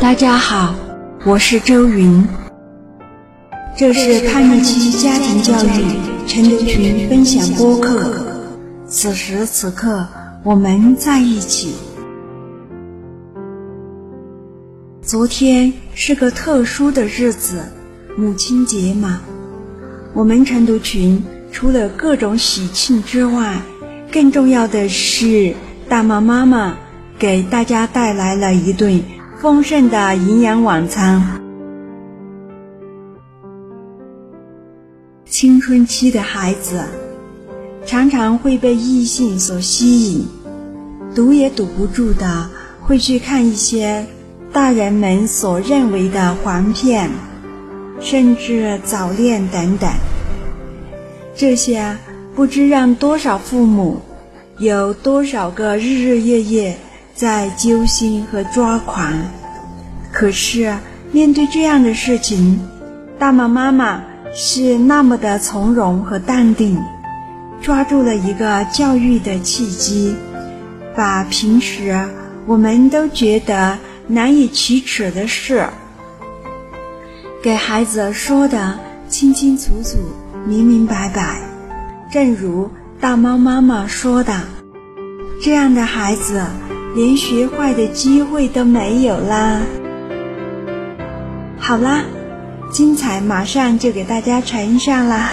大家好，我是周云，这是叛逆期家庭教育晨读群分享播客。此时此刻，我们在一起。昨天是个特殊的日子，母亲节嘛。我们晨读群除了各种喜庆之外，更重要的是大妈妈妈给大家带来了一顿丰盛的营养晚餐。青春期的孩子常常会被异性所吸引，堵也堵不住的会去看一些大人们所认为的黄片，甚至早恋等等。这些不知让多少父母，有多少个日日夜夜在揪心和抓狂。可是面对这样的事情，大妈妈妈是那么的从容和淡定，抓住了一个教育的契机，把平时我们都觉得难以启齿的事给孩子说得清清楚楚明明白白。正如大猫妈妈说的，这样的孩子连学坏的机会都没有啦。好啦，精彩马上就给大家呈上啦。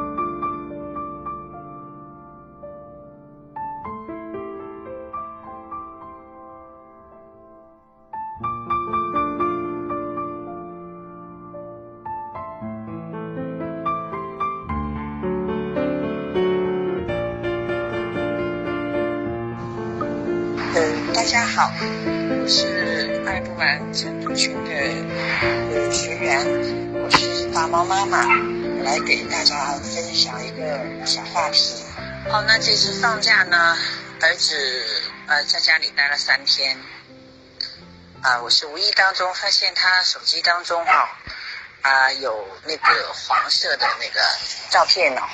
大家好，我是爱不完晨读群的学员，我是大猫妈妈，来给大家分享一个小话题。好，那这次放假呢，儿子在家里待了3天，我是无意当中发现他手机当中有那个黄色的那个照片了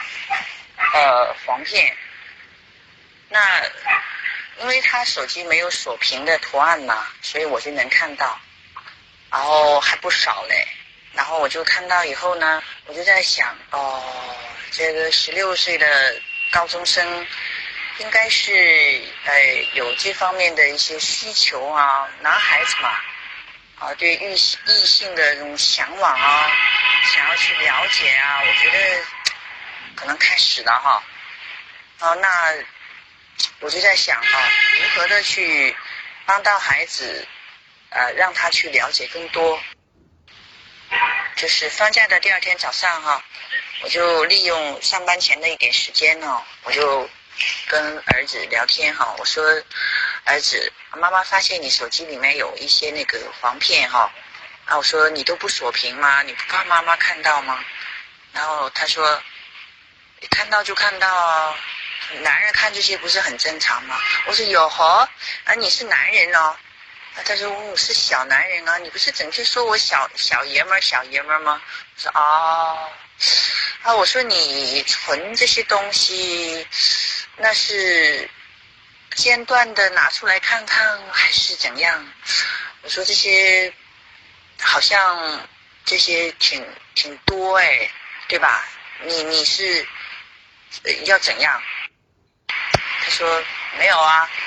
黄片。那因为他手机没有锁屏的图案嘛，所以我就能看到，然后还不少嘞。然后我就看到以后呢，我就在想，这个16岁的高中生应该是有这方面的一些需求啊，男孩子嘛，对异性的这种向往啊，想要去了解啊，我觉得可能开始了那我就在想如何的去帮到孩子，让他去了解更多。就是放假的第2天早上我就利用上班前的一点时间我就跟儿子聊天我说，儿子，妈妈发现你手机里面有一些那个黄片我说你都不锁屏吗？你不怕妈妈看到吗？然后他说，看到就看到啊，男人看这些不是很正常吗？我说有你是男人他说我是小男人你不是整天说我小爷们儿吗？我说我说你存这些东西，那是间断的拿出来看看还是怎样？我说这些好像这些挺多对吧？你是要怎样？他说没有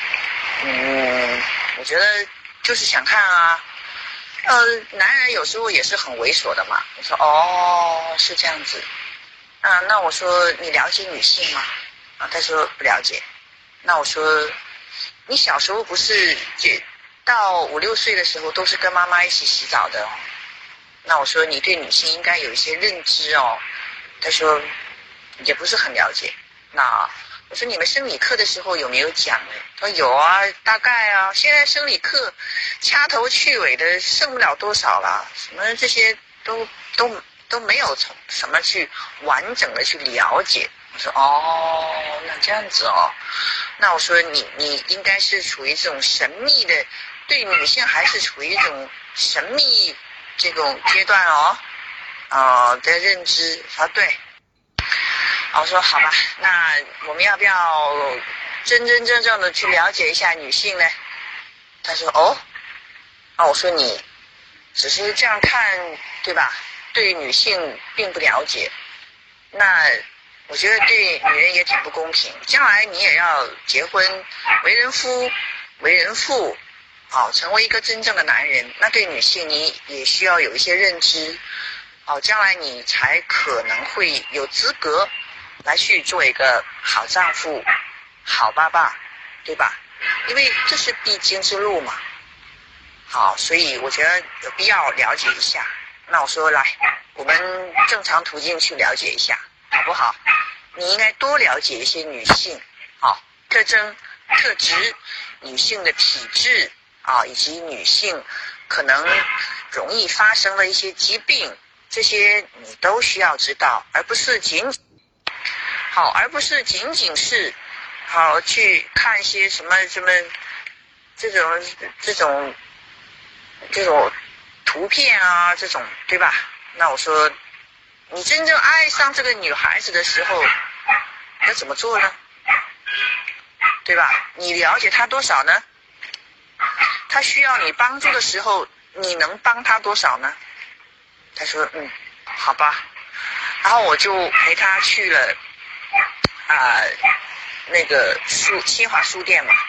我觉得就是想看男人有时候也是很猥琐的嘛。我说是这样子那我说你了解女性吗？他说不了解。那我说你小时候不是到5、6岁的时候都是跟妈妈一起洗澡的那我说你对女性应该有一些认知他说也不是很了解。那我说你们生理课的时候有没有讲呢？他说有大概现在生理课掐头去尾的剩不了多少了，什么这些都没有从什么去完整的去了解。我说那这样子那我说你应该是处于这种神秘的，对女性还是处于一种神秘这种阶段的认知。他说对。我说好吧，那我们要不要真真正正的去了解一下女性呢？他说我说你只是这样看，对吧？对女性并不了解，那我觉得对女人也挺不公平。将来你也要结婚，为人夫，为人父，成为一个真正的男人，那对女性你也需要有一些认知，将来你才可能会有资格来去做一个好丈夫、好爸爸，对吧？因为这是必经之路嘛。好，所以我觉得有必要了解一下。那我说来，我们正常途径去了解一下，好不好？你应该多了解一些女性特征、特质，女性的体质以及女性可能容易发生的一些疾病，这些你都需要知道，而不是仅是去看一些什么这种图片这种，对吧？那我说你真正爱上这个女孩子的时候要怎么做呢？对吧？你了解她多少呢？她需要你帮助的时候你能帮她多少呢？他说好吧。然后我就陪她去了那个新华书店嘛，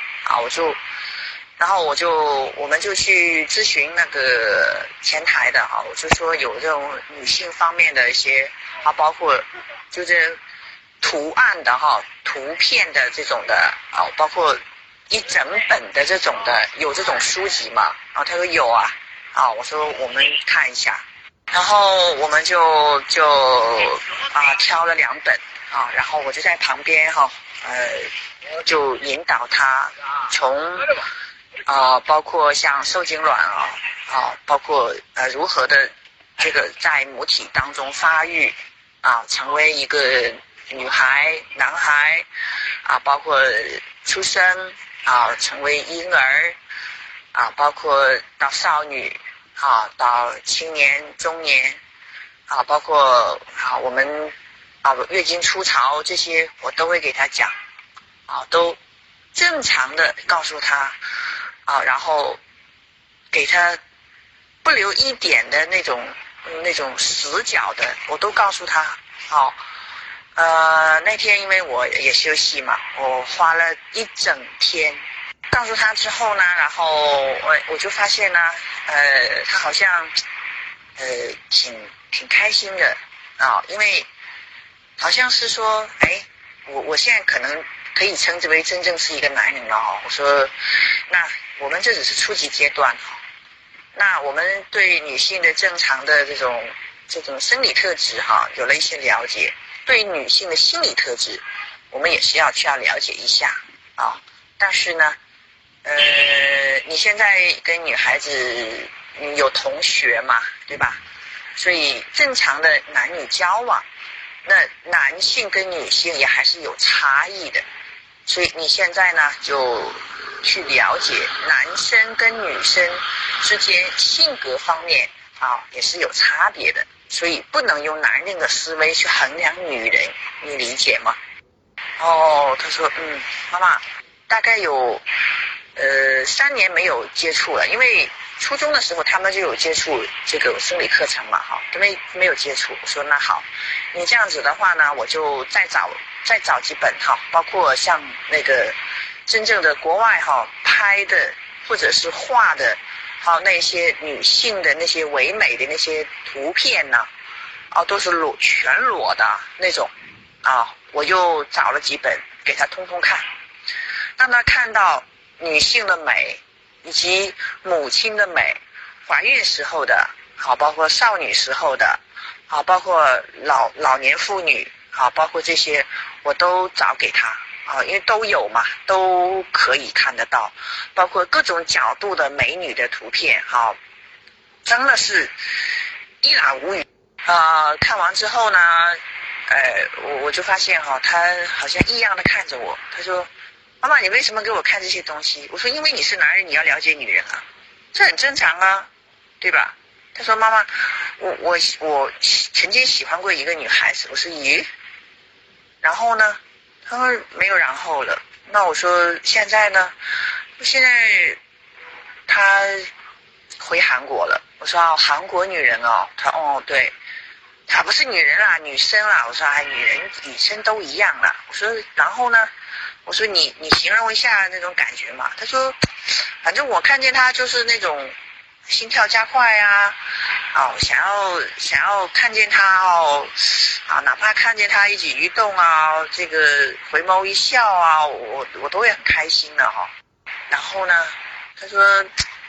我们就去咨询那个前台的我就说有这种女性方面的一些包括就是图案的图片的这种的包括一整本的这种的，有这种书籍吗？他说有我说我们看一下，然后我们就挑了2本然后我就在旁边就引导他从包括像受精卵包括如何的这个在母体当中发育成为一个女孩、男孩包括出生成为婴儿包括到少女到青年、中年包括我们月经初潮，这些我都会给他讲都正常的告诉他然后给他不留一点的那种死角的，我都告诉他那天因为我也休息嘛，我花了一整天告诉他之后呢，然后我就发现呢他好像挺开心的因为好像是说我现在可能可以称之为真正是一个男人了我说那我们这只是初级阶段那我们对女性的正常的这种生理特质有了一些了解，对女性的心理特质我们也是要了解一下但是呢你现在跟女孩子有同学嘛，对吧？所以正常的男女交往，那男性跟女性也还是有差异的，所以你现在呢就去了解男生跟女生之间性格方面也是有差别的，所以不能用男人的思维去衡量女人，你理解吗？他说妈妈大概有3年没有接触了，因为初中的时候他们就有接触这个生理课程嘛都没有接触。我说那好，你这样子的话呢，我就再找几本包括像那个真正的国外拍的或者是画的那些女性的那些唯美的那些图片呢都是全裸的那种我就找了几本给他通通看，让他看到女性的美以及母亲的美，怀孕时候的包括少女时候的包括老年妇女包括这些我都找给他因为都有嘛，都可以看得到，包括各种角度的美女的图片真的是一览无余看完之后呢我就发现他好像异样的看着我，他说妈妈你为什么给我看这些东西？我说因为你是男人，你要了解女人这很正常对吧？他说妈妈我曾经喜欢过一个女孩子。我说咦，然后呢？他说没有然后了。那我说现在呢？现在他回韩国了。我说哦，韩国女人哦。他哦对，她不是女人啦，女生啦。我说哎，女人女生都一样啦。我说然后呢？我说你形容一下那种感觉嘛。他说，反正我看见她就是那种心跳加快啊，想要看见她哦，哪怕看见她一举一动啊，这个回眸一笑啊，我都会很开心的哈。然后呢，他说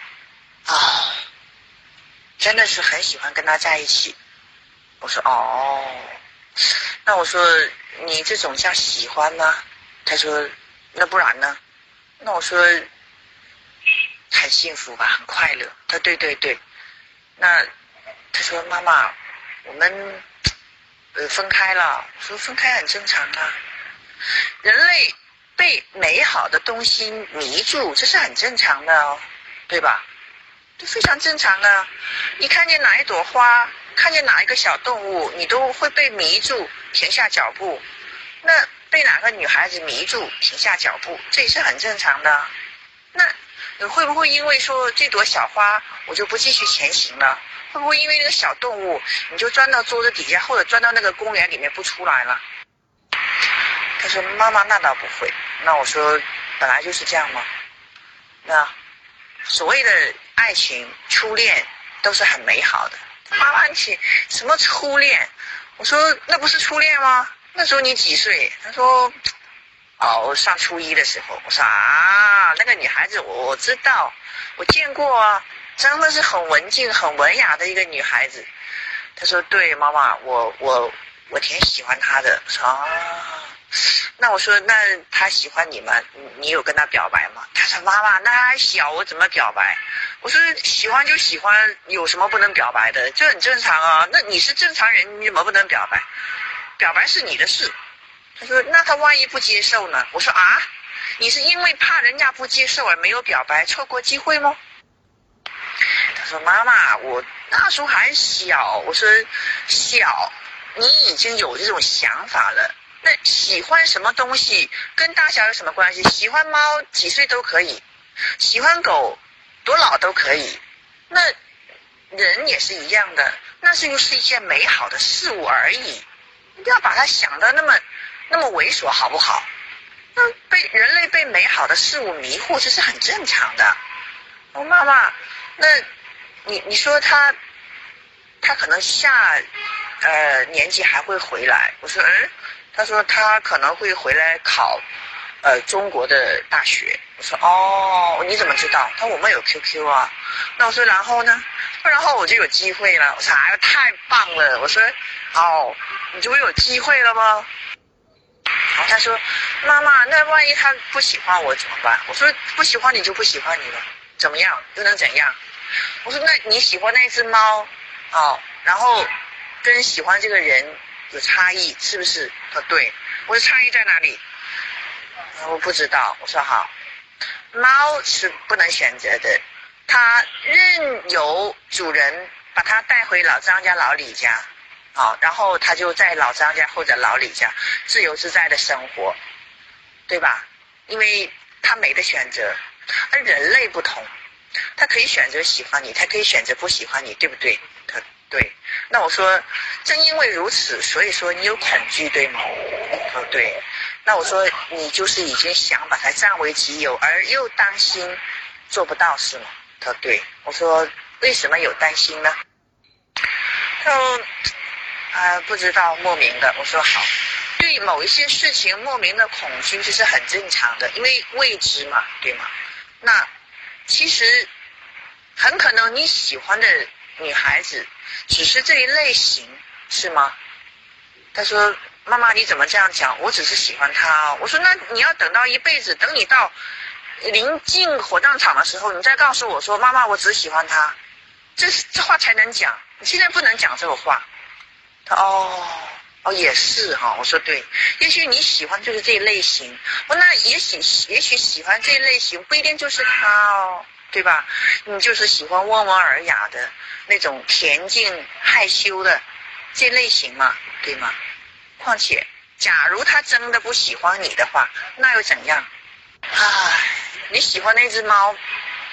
真的是很喜欢跟他在一起。我说哦，那我说你这种叫喜欢吗？他说那不然呢？那我说很幸福吧，很快乐。他对对对。那他说妈妈，我们分开了。我说分开很正常啊，人类被美好的东西迷住，这是很正常的哦，对吧？这非常正常的。你看见哪一朵花，看见哪一个小动物，你都会被迷住，停下脚步。那被哪个女孩子迷住，停下脚步，这也是很正常的。那你会不会因为说这朵小花，我就不继续前行了？会不会因为那个小动物，你就钻到桌子底下，或者钻到那个公园里面不出来了？他说妈妈那倒不会。那我说本来就是这样吗？那所谓的爱情初恋都是很美好的。妈妈你什么初恋？我说那不是初恋吗？那时候你几岁？他说上初一的时候。我说那个女孩子我知道，我见过啊，真的是很文静很文雅的一个女孩子。他说对妈妈，我挺喜欢她的。我说那我说那她喜欢你吗？你有跟她表白吗？他说妈妈那还小，我怎么表白？我说喜欢就喜欢，有什么不能表白的？这很正常啊。那你是正常人，你怎么不能表白？表白是你的事。他说那他万一不接受呢？我说你是因为怕人家不接受而没有表白，错过机会吗？他说妈妈我那时候还小。我说小，你已经有这种想法了。那喜欢什么东西跟大小有什么关系？喜欢猫几岁都可以，喜欢狗多老都可以。那人也是一样的，那就是一件美好的事物而已，你不要把它想得那么猥琐好不好？那人类被美好的事物迷惑，这是很正常的。我妈妈，那你说他可能下年纪还会回来。我说他说他可能会回来考中国的大学。我说你怎么知道？他说我们有 QQ 啊。那我说然后呢？然后我就有机会了。我说太棒了。我说你就会有机会了吗？他说妈妈那万一他不喜欢我怎么办？我说不喜欢你就不喜欢你了，怎么样又能怎样？我说那你喜欢那只猫然后跟喜欢这个人有差异是不是？他说对。我说差异在哪里？我不知道。我说好，猫是不能选择的，它任由主人把它带回老张家老李家然后他就在老张家或者老李家自由自在的生活，对吧？因为他没得选择。而人类不同，他可以选择喜欢你，他可以选择不喜欢你，对不对？对。那我说正因为如此，所以说你有恐惧，对吗？对。那我说你就是已经想把它占为己有，而又担心做不到，是吗？他说对。我说为什么有担心呢？他说不知道，莫名的。我说好，对某一些事情莫名的恐惧这是很正常的，因为未知嘛，对吗？那其实很可能你喜欢的女孩子只是这一类型，是吗？他说妈妈你怎么这样讲？我只是喜欢她我说那你要等到一辈子，等你到临近火葬场的时候，你再告诉我说妈妈我只喜欢她，这话才能讲，你现在不能讲这个话。他也是哈。我说对，也许你喜欢就是这一类型。那也许喜欢这一类型不一定就是他对吧？你就是喜欢温文尔雅的那种恬静害羞的这类型嘛，对吗？况且假如他真的不喜欢你的话，那又怎样？你喜欢那只猫，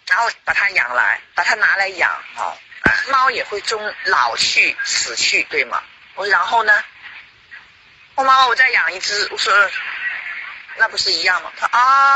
然后把它养来，把它拿来养啊。猫也会终老去死去，对吗？我说然后呢？我妈妈我再养一只，我说那不是一样吗？他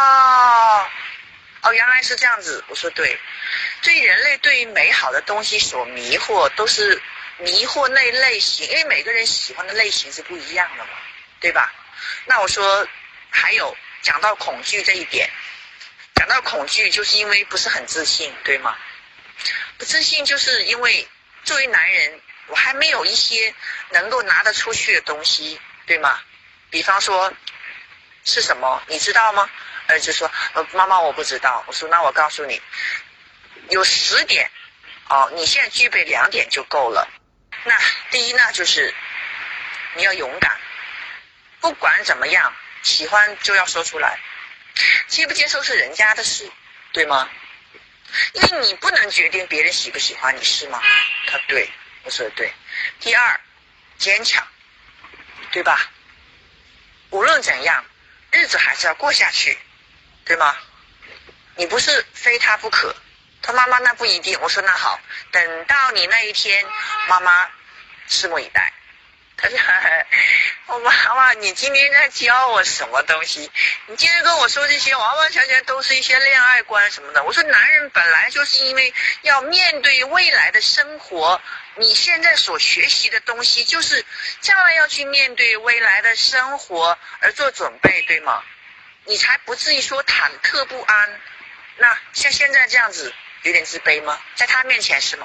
原来是这样子。我说对，对于人类对于美好的东西所迷惑，都是迷惑那类型，因为每个人喜欢的类型是不一样的嘛，对吧？那我说还有讲到恐惧这一点，讲到恐惧就是因为不是很自信，对吗？不自信就是因为作为男人，我还没有一些能够拿得出去的东西，对吗？比方说是什么你知道吗？儿子说妈妈我不知道。我说那我告诉你，有10点你现在具备2点就够了。那第一呢，就是你要勇敢，不管怎么样，喜欢就要说出来，接不接受是人家的事，对吗？因为你不能决定别人喜不喜欢你，是吗？他对，我说的对。第二，坚强，对吧？无论怎样，日子还是要过下去，对吗？你不是非他不可。他妈妈那不一定。我说那好，等到你那一天，妈妈拭目以待。他说我妈妈你今天在教我什么东西？你今天跟我说这些完完全全都是一些恋爱观什么的。我说男人本来就是因为要面对未来的生活，你现在所学习的东西就是将来要去面对未来的生活而做准备，对吗？你才不至于说忐忑不安。那像现在这样子有点自卑吗？在他面前是吗？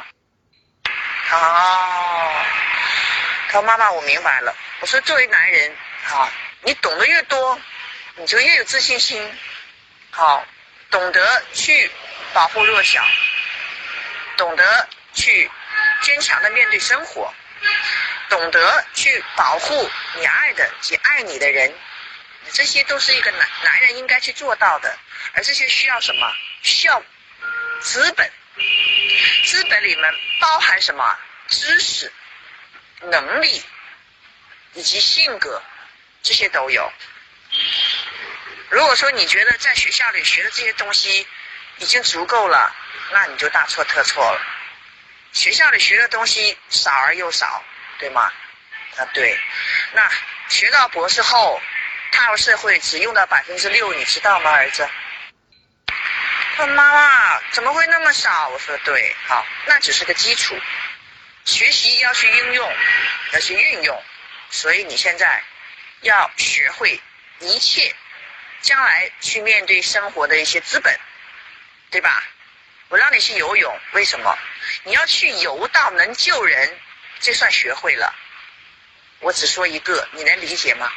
他说妈妈我明白了。我说作为男人你懂得越多，你就越有自信心，懂得去保护弱小，懂得去坚强的面对生活，懂得去保护你爱的及爱你的人，这些都是一个男人应该去做到的。而这些需要什么？需要资本。资本里面包含什么？知识、能力以及性格，这些都有。如果说你觉得在学校里学的这些东西已经足够了，那你就大错特错了。学校里学的东西少而又少，对吗？对。那学到博士后踏入社会只用到6%，你知道吗儿子？他说妈妈怎么会那么少？我说对，好，那只是个基础，学习要去应用，要去运用。所以你现在要学会一切将来去面对生活的一些资本，对吧？我让你去游泳，为什么？你要去游到能救人，这算学会了。我只说一个，你能理解吗？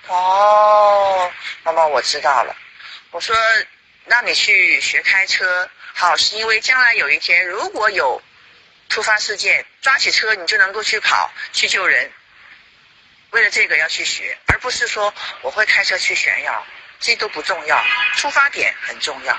妈妈我知道了。我说让你去学开车，好，是因为将来有一天如果有突发事件，抓起车你就能够去跑去救人。为了这个要去学，而不是说我会开车去炫耀，这都不重要，出发点很重要。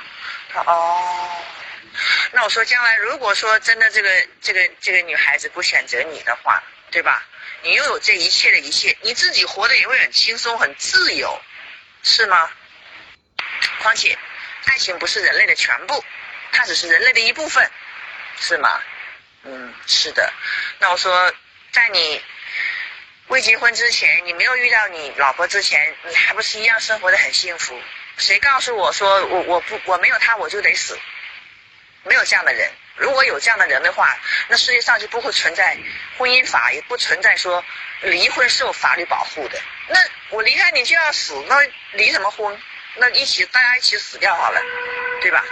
那我说将来如果说真的这个女孩子不选择你的话，对吧？你拥有这一切的一切，你自己活得也会很轻松很自由，是吗？况且爱情不是人类的全部，它只是人类的一部分，是吗？是的。那我说在你未结婚之前，你没有遇到你老婆之前，你还不是一样生活得很幸福？谁告诉我说我没有他我就得死？没有这样的人。如果有这样的人的话，那世界上就不会存在婚姻法，也不存在说离婚受法律保护的。那我离开你就要死，那离什么婚？那大家一起死掉好了，对吧？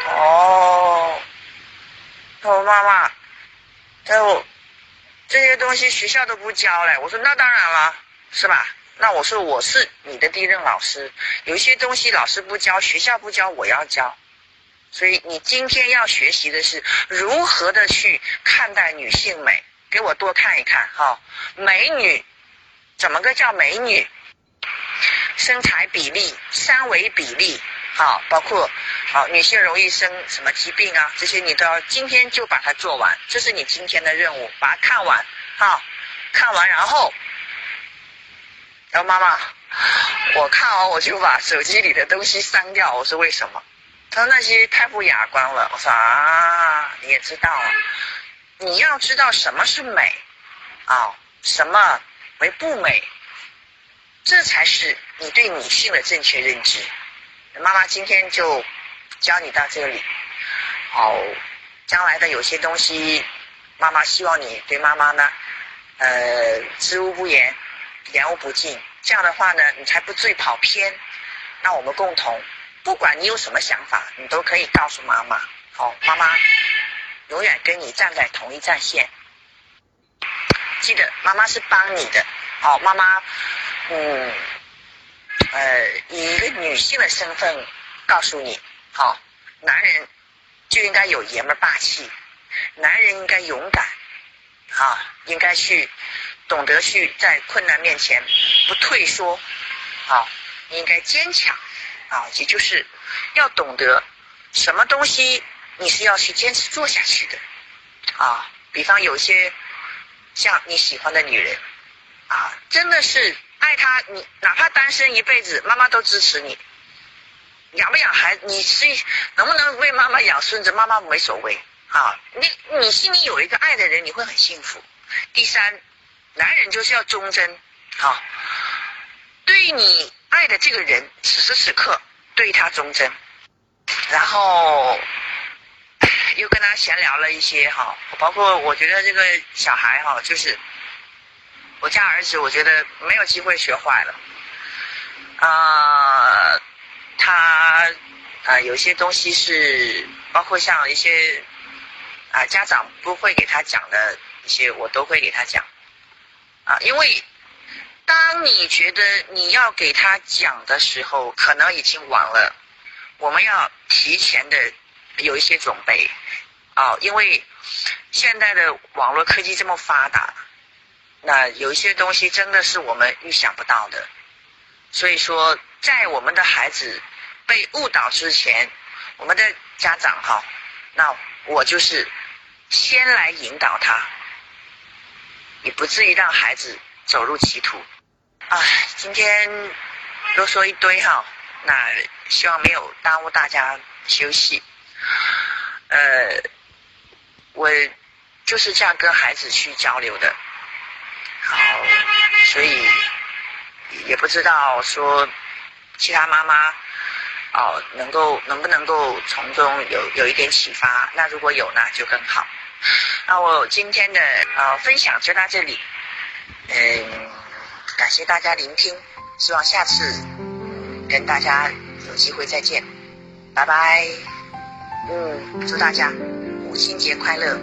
妈妈，这些东西学校都不教了。我说那当然了，是吧？那我说我是你的第一任老师，有一些东西老师不教，学校不教，我要教。所以你今天要学习的是如何的去看待女性美，给我多看一看美女怎么个叫美女？身材比例、三维比例，包括女性容易生什么疾病啊，这些你都要今天就把它做完，这是你今天的任务，把它看完看完然后妈妈我看完我就把手机里的东西删掉。我说为什么？ 他说那些太不雅观了。我说啊，你也知道啊，你要知道什么是美啊，什么为不美，这才是你对女性的正确认知。妈妈今天就教你到这里。好，将来的有些东西，妈妈希望你对妈妈呢，知无不言，言无不尽。这样的话呢，你才不至于跑偏。那我们共同，不管你有什么想法，你都可以告诉妈妈。好，妈妈永远跟你站在同一战线。记得妈妈是帮你的。好，妈妈，以一个女性的身份告诉你，好，男人就应该有爷们霸气，男人应该勇敢，啊，应该去懂得去在困难面前不退缩，啊，应该坚强，啊，也就是要懂得什么东西你是要去坚持做下去的，啊，比方有些像你喜欢的女人，啊，真的是爱她，你哪怕单身一辈子，妈妈都支持你。养不养孩子，你是能不能为妈妈养孙子，妈妈没所谓啊。你心里有一个爱的人，你会很幸福。第三，男人就是要忠贞，啊，对于你爱的这个人，此时此刻对他忠贞。然后又跟他闲聊了一些哈，包括我觉得这个小孩哈，就是我家儿子，我觉得没有机会学坏了，他有些东西是包括像一些家长不会给他讲的一些，我都会给他讲因为当你觉得你要给他讲的时候，可能已经晚了。我们要提前的有一些准备因为现在的网络科技这么发达，那有一些东西真的是我们预想不到的。所以说在我们的孩子被误导之前，我们的家长那我就是先来引导他，也不至于让孩子走入歧途。今天多说一堆那希望没有耽误大家休息。我就是这样跟孩子去交流的。好，所以也不知道说其他妈妈能不能够从中有一点启发，那如果有呢就更好。那我今天的分享就到这里，感谢大家聆听，希望下次跟大家有机会再见，拜拜。祝大家母亲节快乐。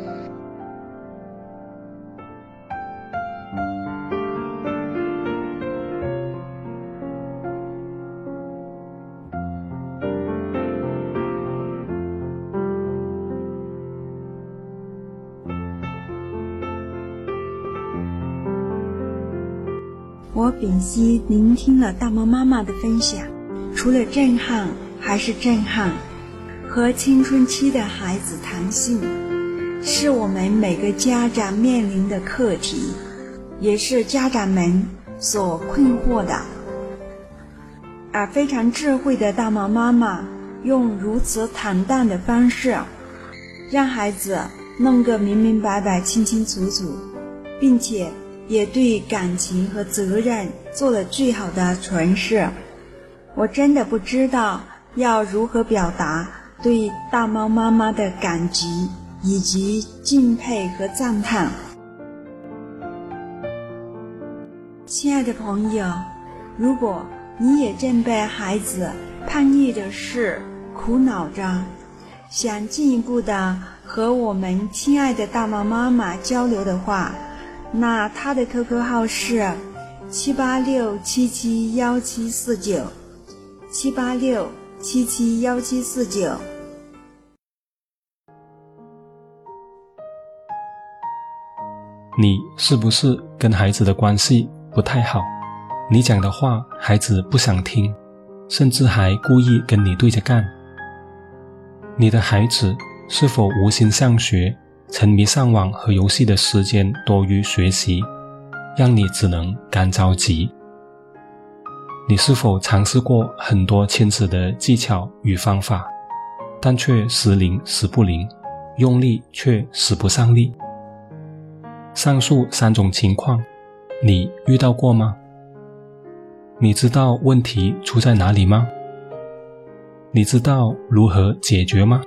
我屏息聆听了大猫妈妈的分享，除了震撼还是震撼。和青春期的孩子谈性，是我们每个家长面临的课题，也是家长们所困惑的。而非常智慧的大猫妈妈用如此坦荡的方式，让孩子弄个明明白白、清清楚楚，并且也对感情和责任做了最好的诠释。我真的不知道要如何表达对大猫妈妈的感激以及敬佩和赞叹。亲爱的朋友，如果你也正被孩子叛逆的事苦恼着，想进一步的和我们亲爱的大猫妈妈交流的话，那她的 QQ 号是786771749 786771749。 你是不是跟孩子的关系不太好？你讲的话孩子不想听，甚至还故意跟你对着干。你的孩子是否无心上学，沉迷上网和游戏的时间多于学习，让你只能干着急？你是否尝试过很多亲子的技巧与方法， 但却时灵时不灵，用力却使不上力。上述3种情况，你遇到过吗？你知道问题出在哪里吗？你知道如何解决吗？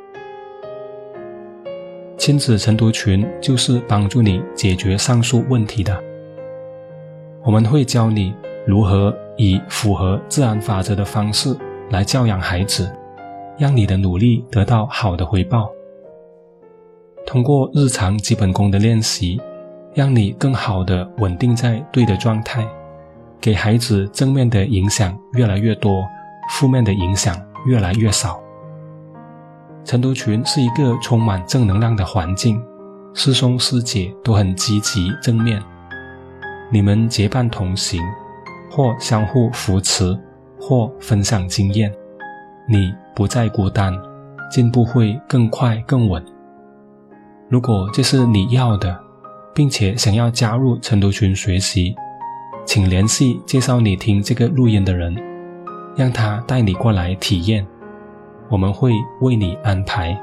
亲子晨读群就是帮助你解决上述问题的。我们会教你如何以符合自然法则的方式来教养孩子，让你的努力得到好的回报。通过日常基本功的练习，让你更好地稳定在对的状态，给孩子正面的影响越来越多，负面的影响越来越少。晨读群是一个充满正能量的环境，师兄师姐都很积极正面，你们结伴同行，或相互扶持，或分享经验，你不再孤单，进步会更快更稳。如果这是你要的，并且想要加入晨读群学习，请联系介绍你听这个录音的人，让他带你过来体验，我们会为你安排。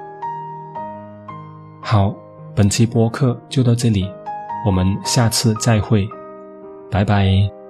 好，本期播客就到这里，我们下次再会，拜拜。